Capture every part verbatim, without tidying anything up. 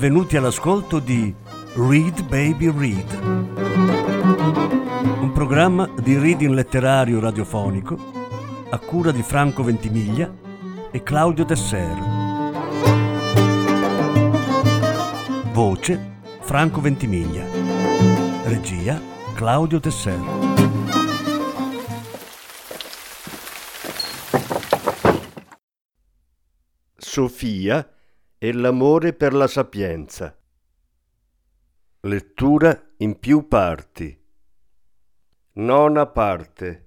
benvenuti all'ascolto di Read Baby Read, un programma di reading letterario radiofonico a cura di Franco Ventimiglia e Claudio Tesser. Voce Franco Ventimiglia. Regia Claudio Tesser. Sofia e l'amore per la sapienza. Lettura in più parti. Nona parte.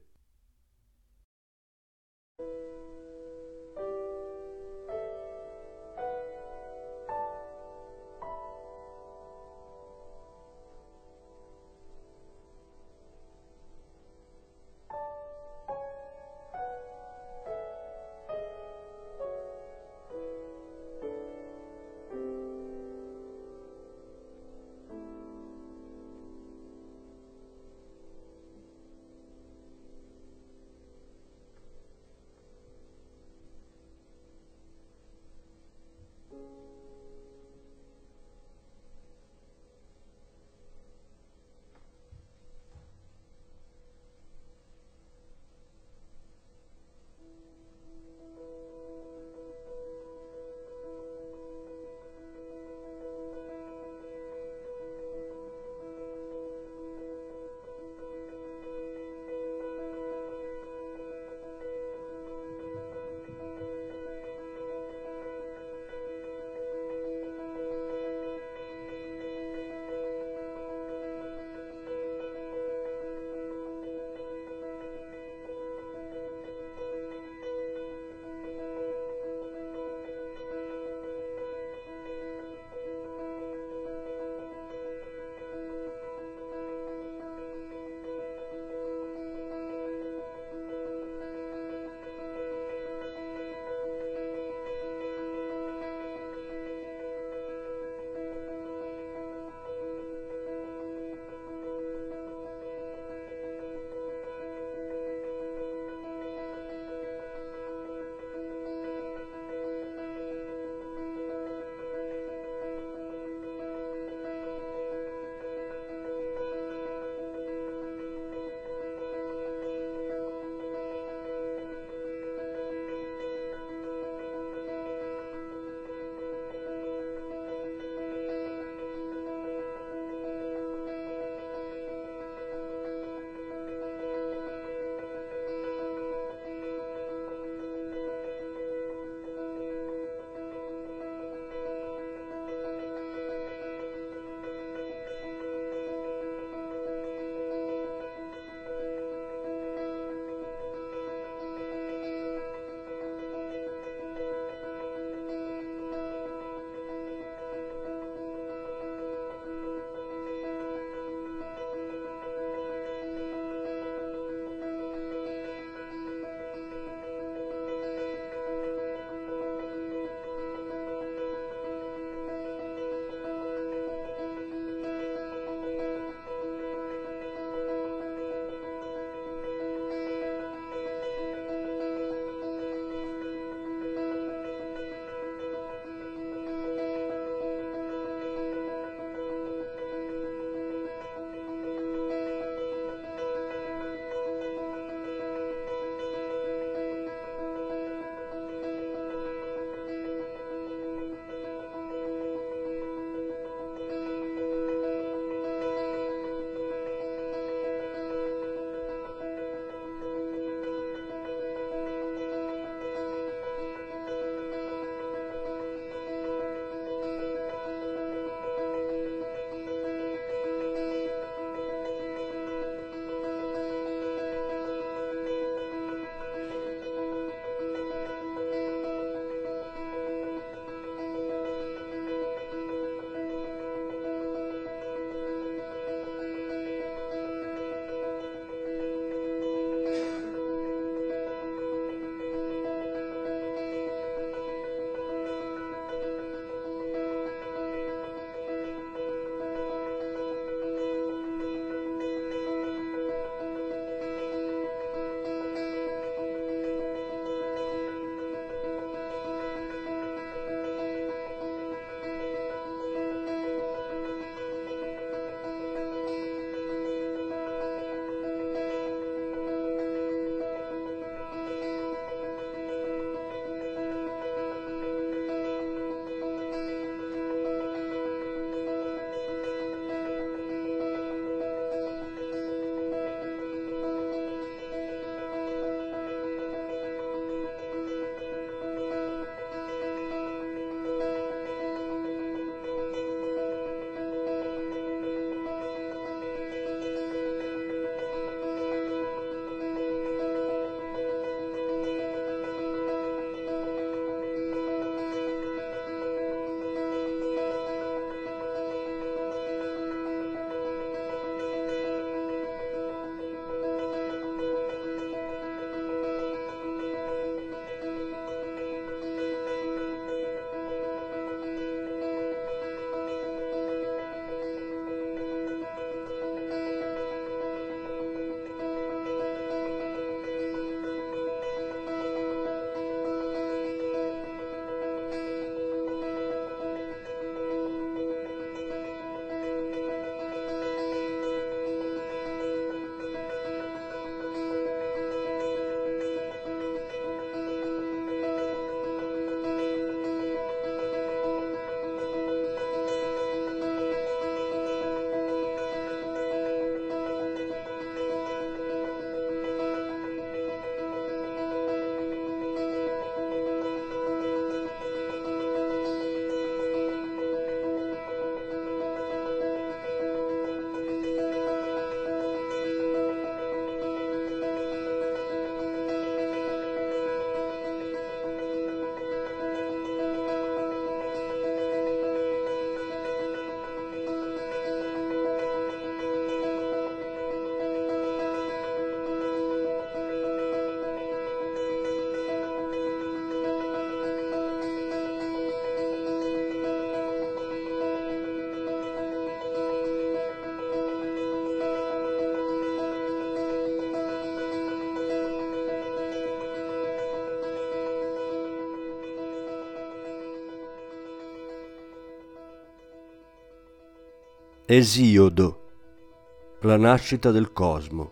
Esiodo, la nascita del cosmo.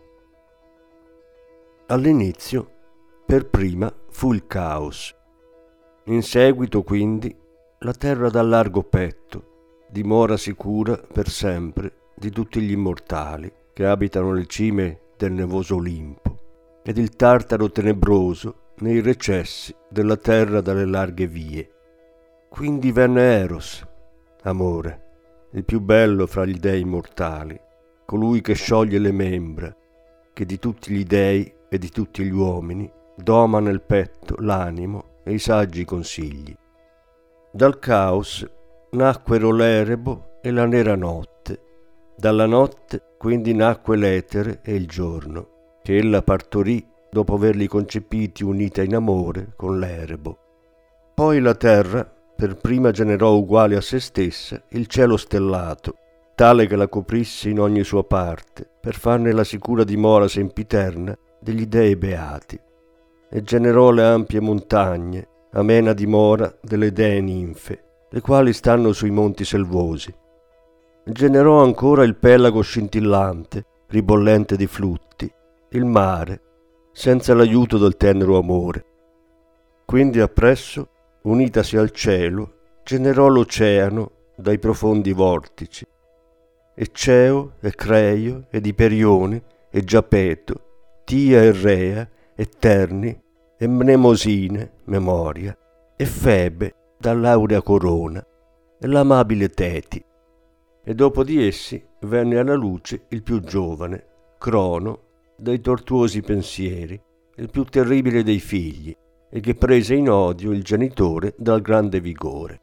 All'inizio, per prima, fu il caos. In seguito, quindi, la terra dà largo petto, dimora sicura per sempre di tutti gli immortali che abitano le cime del nevoso Olimpo, ed il Tartaro tenebroso nei recessi della terra dalle larghe vie. Quindi venne Eros, amore, il più bello fra gli dei mortali, colui che scioglie le membra, che di tutti gli dei e di tutti gli uomini doma nel petto l'animo e i saggi consigli. Dal caos nacquero l'Erebo e la nera notte. Dalla notte quindi nacque l'etere e il giorno, che ella partorì dopo averli concepiti unita in amore con l'Erebo. Poi la terra per prima generò uguale a se stessa il cielo stellato, tale che la coprisse in ogni sua parte, per farne la sicura dimora sempiterna degli dei beati, e generò le ampie montagne, amena dimora delle dee ninfe, le quali stanno sui monti selvosi. Generò ancora il pelago scintillante, ribollente di flutti, il mare, senza l'aiuto del tenero amore. Quindi appresso, unitasi al cielo, generò l'oceano dai profondi vortici, e Ceo, e Creio, ed Iperione, e Giapeto, Tia e Rea, e Terni, e Mnemosine, memoria, e Febe, dall'aurea corona, e l'amabile Teti. E dopo di essi venne alla luce il più giovane, Crono, dai tortuosi pensieri, il più terribile dei figli, e che prese in odio il genitore dal grande vigore.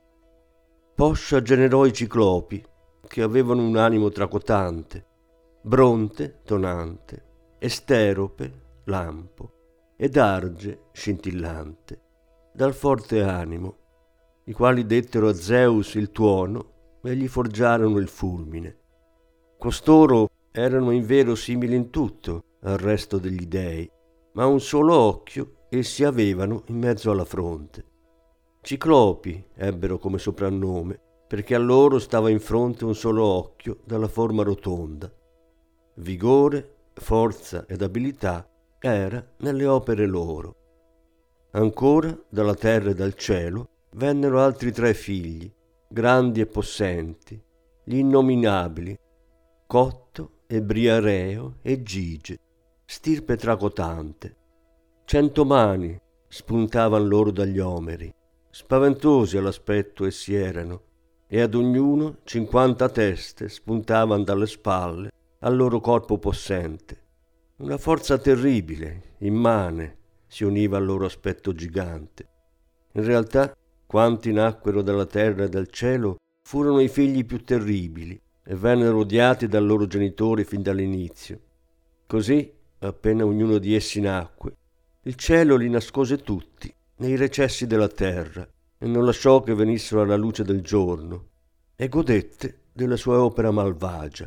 Poscia generò i ciclopi, che avevano un animo tracotante, Bronte, tonante, Esterope, lampo, ed Arge, scintillante, dal forte animo, i quali dettero a Zeus il tuono e gli forgiarono il fulmine. Costoro erano in vero simili in tutto al resto degli dei, ma un solo occhio essi avevano in mezzo alla fronte. Ciclopi ebbero come soprannome, perché a loro stava in fronte un solo occhio dalla forma rotonda. Vigore, forza ed abilità era nelle opere loro. Ancora dalla terra e dal cielo vennero altri tre figli, grandi e possenti, gli innominabili, Cotto e Briareo e Gige, stirpe tracotante. Cento mani spuntavan loro dagli omeri, spaventosi all'aspetto essi erano, e ad ognuno cinquanta teste spuntavan dalle spalle al loro corpo possente. Una forza terribile, immane, si univa al loro aspetto gigante. In realtà, quanti nacquero dalla terra e dal cielo furono i figli più terribili e vennero odiati dal loro genitore fin dall'inizio. Così, appena ognuno di essi nacque, il cielo li nascose tutti nei recessi della terra e non lasciò che venissero alla luce del giorno, e godette della sua opera malvagia.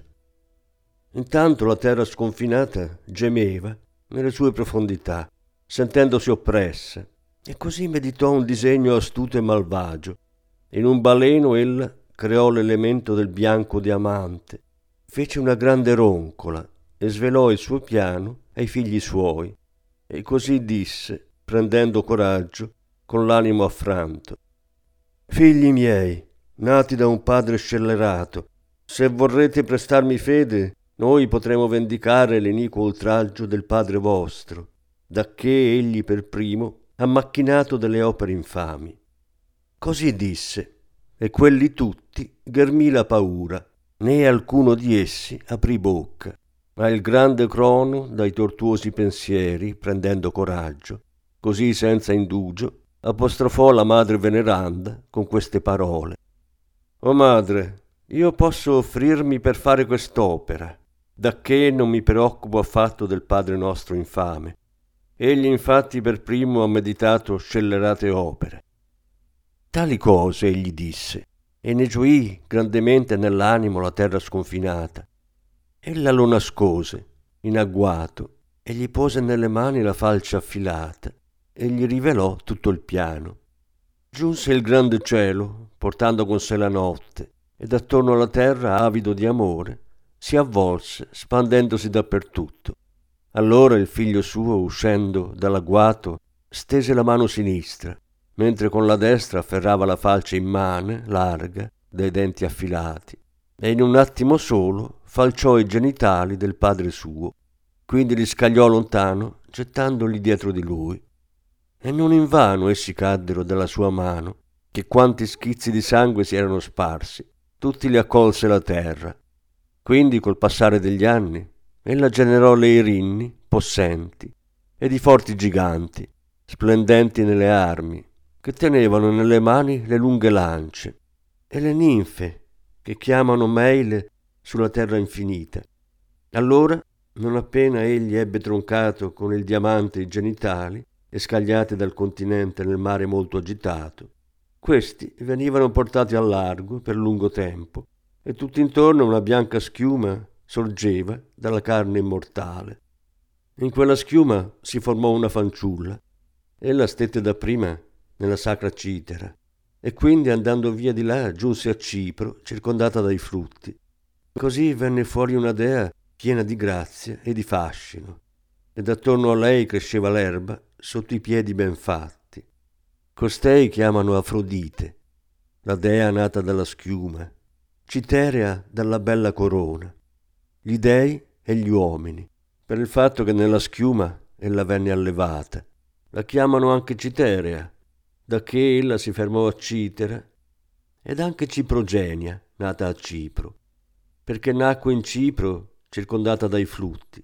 Intanto la terra sconfinata gemeva nelle sue profondità, sentendosi oppressa, e così meditò un disegno astuto e malvagio. In un baleno ella creò l'elemento del bianco diamante, fece una grande roncola e svelò il suo piano ai figli suoi, e così disse, prendendo coraggio, con l'animo affranto: «Figli miei, nati da un padre scellerato, se vorrete prestarmi fede, noi potremo vendicare l'iniquo oltraggio del padre vostro, dacché egli per primo ha macchinato delle opere infami». Così disse, e quelli tutti ghermì la paura, né alcuno di essi aprì bocca, ma il grande Crono dai tortuosi pensieri, prendendo coraggio, così senza indugio, apostrofò la madre veneranda con queste parole: «O madre, io posso offrirmi per fare quest'opera, dacché non mi preoccupo affatto del padre nostro infame. Egli infatti per primo ha meditato scellerate opere». Tali cose egli disse, e ne gioì grandemente nell'animo la terra sconfinata. Ella lo nascose, in agguato, e gli pose nelle mani la falce affilata, e gli rivelò tutto il piano. Giunse il grande cielo, portando con sé la notte, ed attorno alla terra, avido di amore, si avvolse spandendosi dappertutto. Allora il figlio suo, uscendo dall'agguato, stese la mano sinistra, mentre con la destra afferrava la falce immane, larga, dai denti affilati, e in un attimo solo falciò i genitali del padre suo, quindi li scagliò lontano, gettandoli dietro di lui. E non invano essi caddero dalla sua mano, che quanti schizzi di sangue si erano sparsi, tutti li accolse la terra. Quindi col passare degli anni ella generò le irinni possenti ed i forti giganti, splendenti nelle armi, che tenevano nelle mani le lunghe lance, e le ninfe, che chiamano Meile sulla terra infinita. Allora, non appena egli ebbe troncato con il diamante i genitali e scagliati dal continente nel mare molto agitato, questi venivano portati al largo per lungo tempo, e tutt'intorno una bianca schiuma sorgeva dalla carne immortale. In quella schiuma si formò una fanciulla. Ella stette dapprima nella sacra Citera, e quindi andando via di là giunse a Cipro, circondata dai frutti. Così venne fuori una dea piena di grazia e di fascino, ed attorno a lei cresceva l'erba sotto i piedi ben fatti. Costei chiamano Afrodite, la dea nata dalla schiuma, Citerea dalla bella corona, gli dei e gli uomini, per il fatto che nella schiuma ella venne allevata. La chiamano anche Citerea, da che ella si fermò a Citera, ed anche Ciprogenia, nata a Cipro, perché nacque in Cipro circondata dai frutti,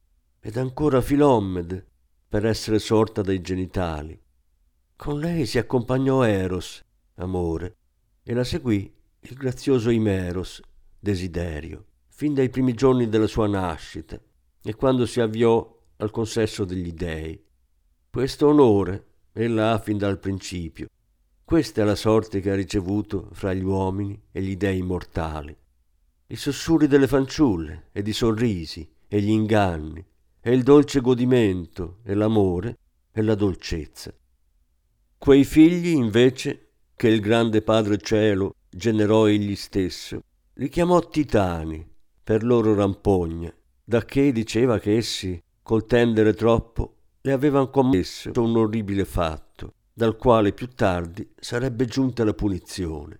ed ancora Filomede, per essere sorta dai genitali. Con lei si accompagnò Eros, amore, e la seguì il grazioso Imeros, desiderio, fin dai primi giorni della sua nascita, e quando si avviò al consesso degli dei. Questo onore ella ha fin dal principio. Questa è la sorte che ha ricevuto fra gli uomini e gli dei mortali. I sussurri delle fanciulle ed i sorrisi e gli inganni e il dolce godimento e l'amore e la dolcezza. Quei figli invece che il grande Padre Cielo generò egli stesso, li chiamò titani per loro rampogna, dacché diceva che essi col tendere troppo le avevan commesso un orribile fatto, dal quale più tardi sarebbe giunta la punizione.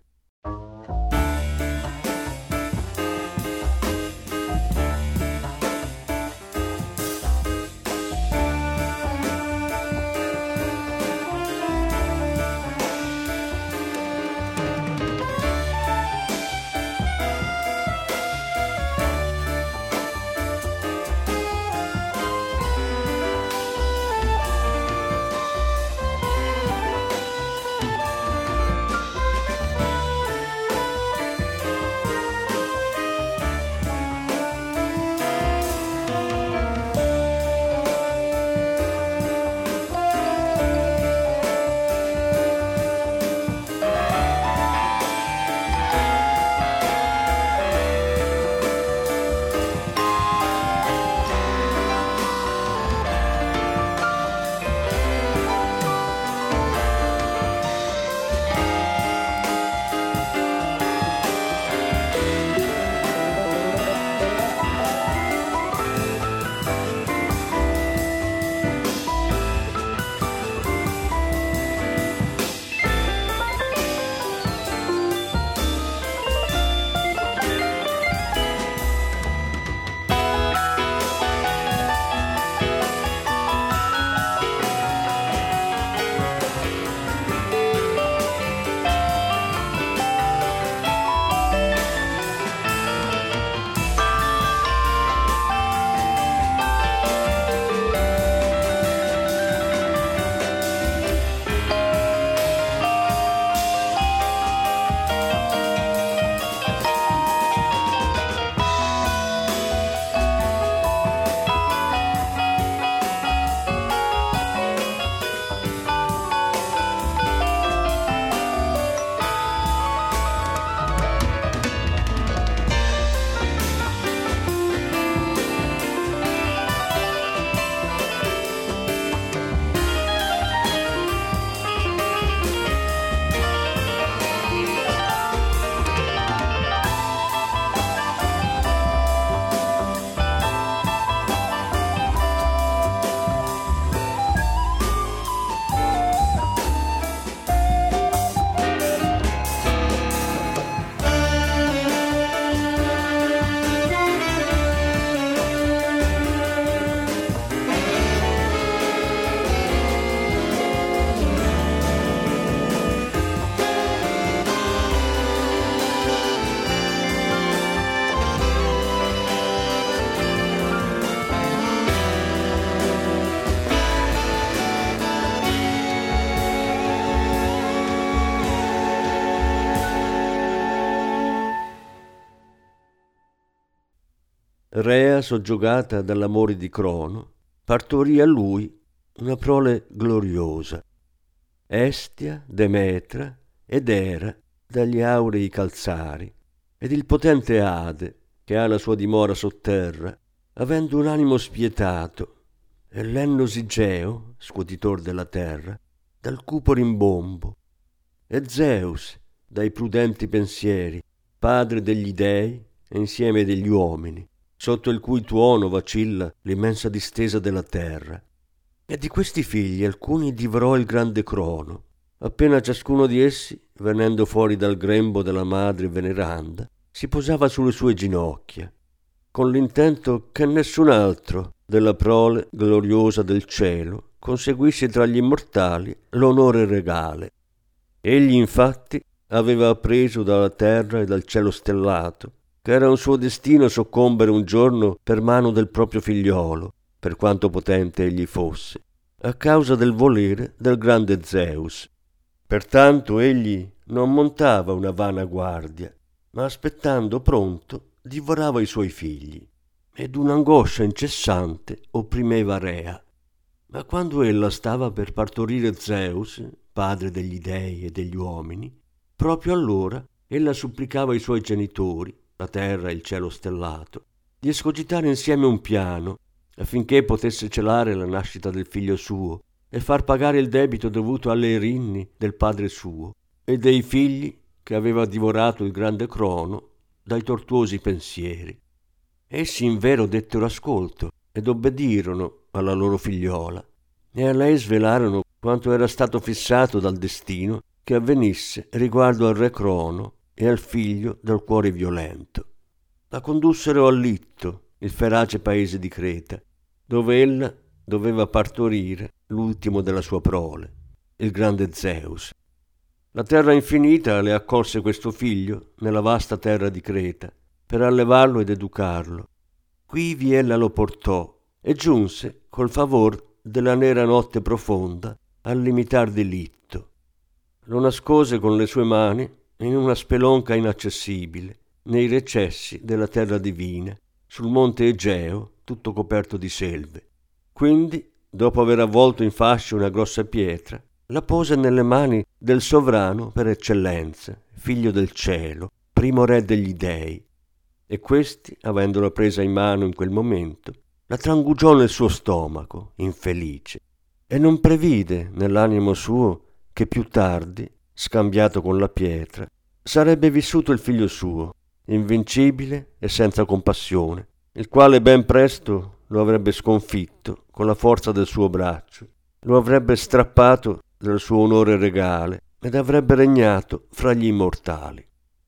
Rea, soggiogata dall'amore di Crono, partorì a lui una prole gloriosa. Estia, Demetra ed Era dagli aurei calzari, ed il potente Ade, che ha la sua dimora sotterra, avendo un animo spietato, e l'ennosi Geo, scuotitor della terra, dal cupo rimbombo, e Zeus, dai prudenti pensieri, padre degli dei e insieme degli uomini, sotto il cui tuono vacilla l'immensa distesa della terra. E di questi figli alcuni divorò il grande Crono, appena ciascuno di essi, venendo fuori dal grembo della madre veneranda, si posava sulle sue ginocchia, con l'intento che nessun altro della prole gloriosa del cielo conseguisse tra gli immortali l'onore regale. Egli infatti aveva appreso dalla terra e dal cielo stellato che era un suo destino soccombere un giorno per mano del proprio figliolo, per quanto potente egli fosse, a causa del volere del grande Zeus. Pertanto egli non montava una vana guardia, ma aspettando pronto divorava i suoi figli, ed un'angoscia incessante opprimeva Rea. Ma quando ella stava per partorire Zeus, padre degli dei e degli uomini, proprio allora ella supplicava ai suoi genitori, la terra e il cielo stellato, di escogitare insieme un piano affinché potesse celare la nascita del figlio suo e far pagare il debito dovuto alle erinni del padre suo e dei figli che aveva divorato il grande Crono dai tortuosi pensieri. Essi invero dettero ascolto ed obbedirono alla loro figliola e a lei svelarono quanto era stato fissato dal destino che avvenisse riguardo al re Crono e al figlio del cuore violento. La condussero a Litto, il ferace paese di Creta, dove ella doveva partorire l'ultimo della sua prole, il grande Zeus. La terra infinita le accolse questo figlio nella vasta terra di Creta per allevarlo ed educarlo. Quivi ella lo portò e giunse col favor della nera notte profonda al limitar di Litto. Lo nascose con le sue mani in una spelonca inaccessibile, nei recessi della terra divina, sul monte Egeo, tutto coperto di selve. Quindi, dopo aver avvolto in fascio una grossa pietra, la pose nelle mani del sovrano per eccellenza, figlio del cielo, primo re degli dei, e questi, avendola presa in mano in quel momento, la trangugiò nel suo stomaco, infelice, e non previde nell'animo suo che più tardi, scambiato con la pietra, sarebbe vissuto il figlio suo, invincibile e senza compassione, il quale ben presto lo avrebbe sconfitto con la forza del suo braccio, lo avrebbe strappato del suo onore regale ed avrebbe regnato fra gli immortali.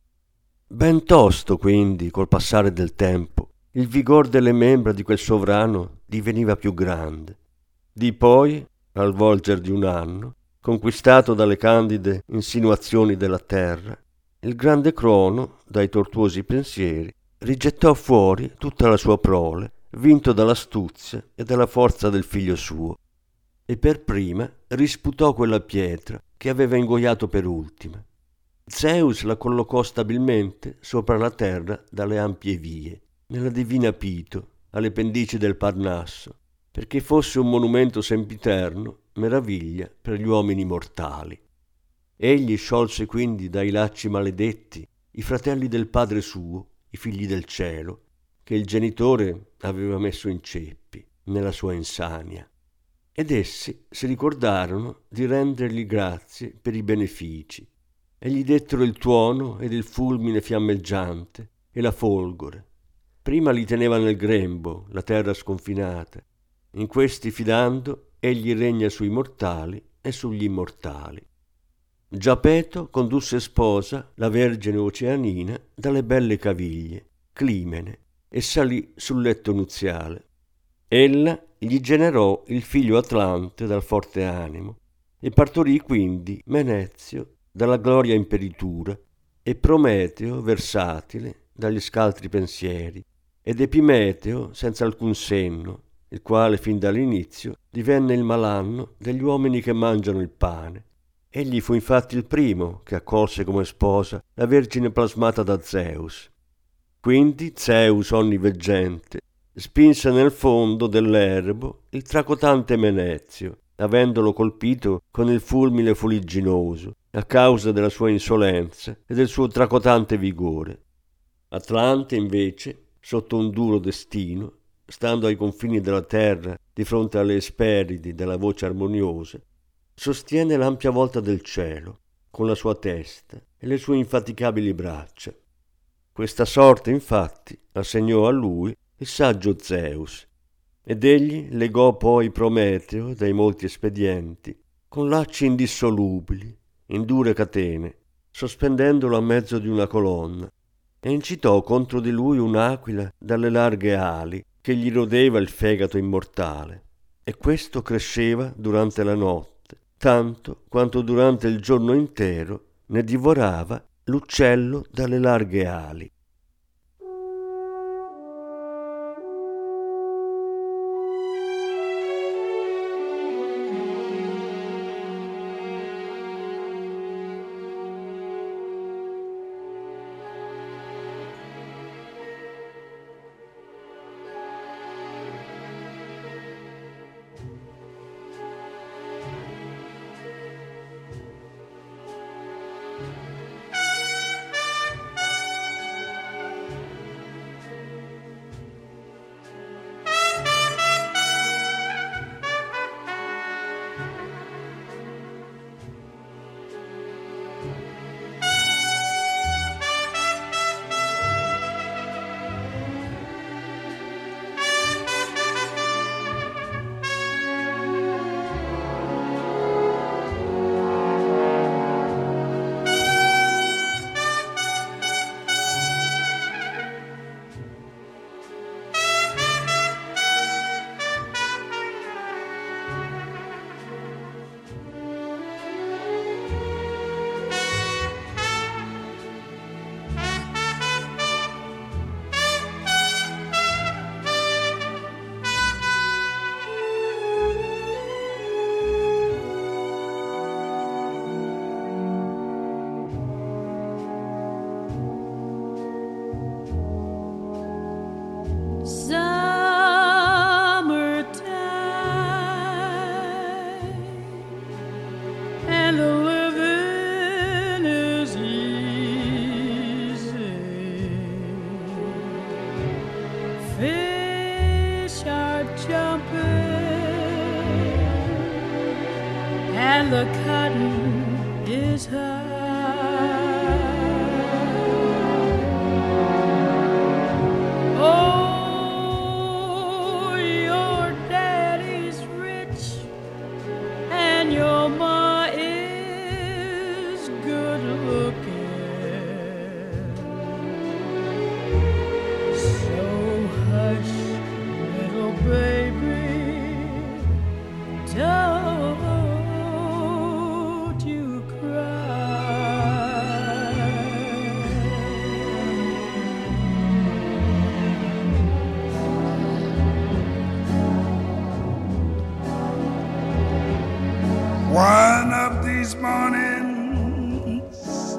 Ben tosto, quindi, col passare del tempo, il vigor delle membra di quel sovrano diveniva più grande. Di poi, al volger di un anno, conquistato dalle candide insinuazioni della terra, il grande Crono, dai tortuosi pensieri, rigettò fuori tutta la sua prole, vinto dall'astuzia e dalla forza del figlio suo, e per prima risputò quella pietra che aveva ingoiato per ultima. Zeus la collocò stabilmente sopra la terra dalle ampie vie, nella divina Pito, alle pendici del Parnasso, perché fosse un monumento sempiterno, meraviglia per gli uomini mortali. Egli sciolse quindi dai lacci maledetti i fratelli del padre suo, i figli del cielo, che il genitore aveva messo in ceppi nella sua insania, ed essi si ricordarono di rendergli grazie per i benefici, e gli dettero il tuono ed il fulmine fiammeggiante e la folgore. Prima li teneva nel grembo, la terra sconfinata. In questi fidando, egli regna sui mortali e sugli immortali. Giapeto condusse sposa la Vergine Oceanina dalle belle caviglie, Climene, e salì sul letto nuziale. Ella gli generò il figlio Atlante dal forte animo, e partorì quindi Menezio dalla gloria imperitura, e Prometeo versatile dagli scaltri pensieri, ed Epimeteo senza alcun senno, il quale fin dall'inizio divenne il malanno degli uomini che mangiano il pane. Egli fu infatti il primo che accolse come sposa la Vergine plasmata da Zeus. Quindi Zeus onniveggente spinse nel fondo dell'erbo il tracotante Menezio, avendolo colpito con il fulmine fuligginoso a causa della sua insolenza e del suo tracotante vigore. Atlante, invece, sotto un duro destino, stando ai confini della terra di fronte alle Esperidi della voce armoniosa, sostiene l'ampia volta del cielo con la sua testa e le sue infaticabili braccia. Questa sorte, infatti, assegnò a lui il saggio Zeus, ed egli legò poi Prometeo dai molti espedienti con lacci indissolubili, in dure catene, sospendendolo a mezzo di una colonna, e incitò contro di lui un'aquila dalle larghe ali che gli rodeva il fegato immortale, e questo cresceva durante la notte, tanto quanto durante il giorno intero ne divorava l'uccello dalle larghe ali. And the cotton is high. Oh, your daddy's rich and your ma is good looking. So hush, little baby, don't one of these mornings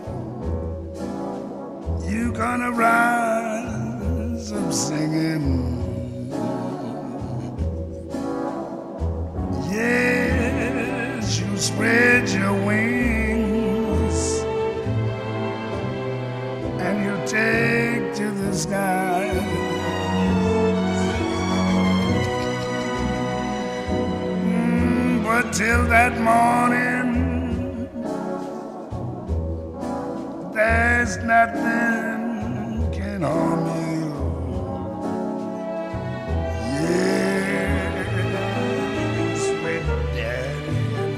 you gonna rise up singing. Yes, you spread your wings and you take to the sky. But till that morning, there's nothing can harm you. Yes, with Daddy and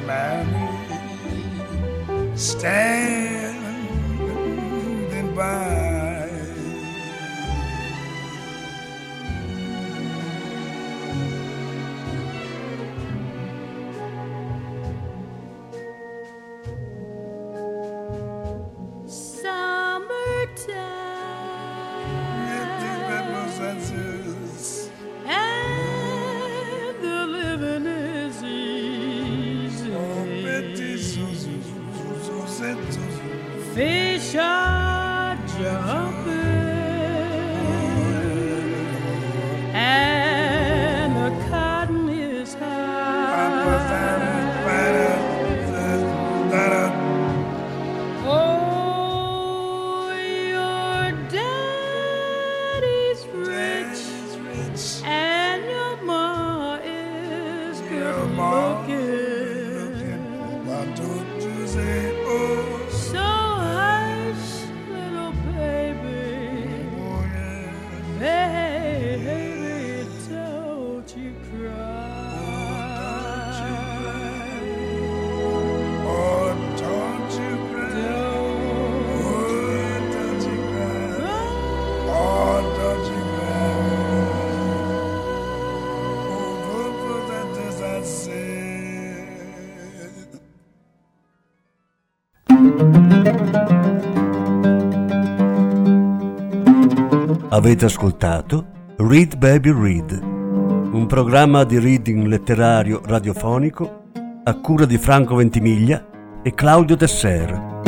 Mommy standing by. And the living is easy. Oh, Betty, so, so, so, so, so, so. Avete ascoltato Read Baby Read, un programma di reading letterario radiofonico a cura di Franco Ventimiglia e Claudio Tesser.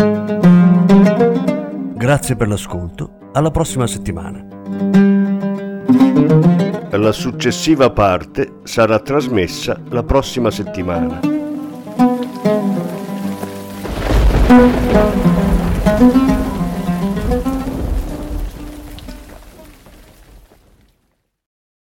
Grazie per l'ascolto, alla prossima settimana. La successiva parte sarà trasmessa la prossima settimana. Thank you.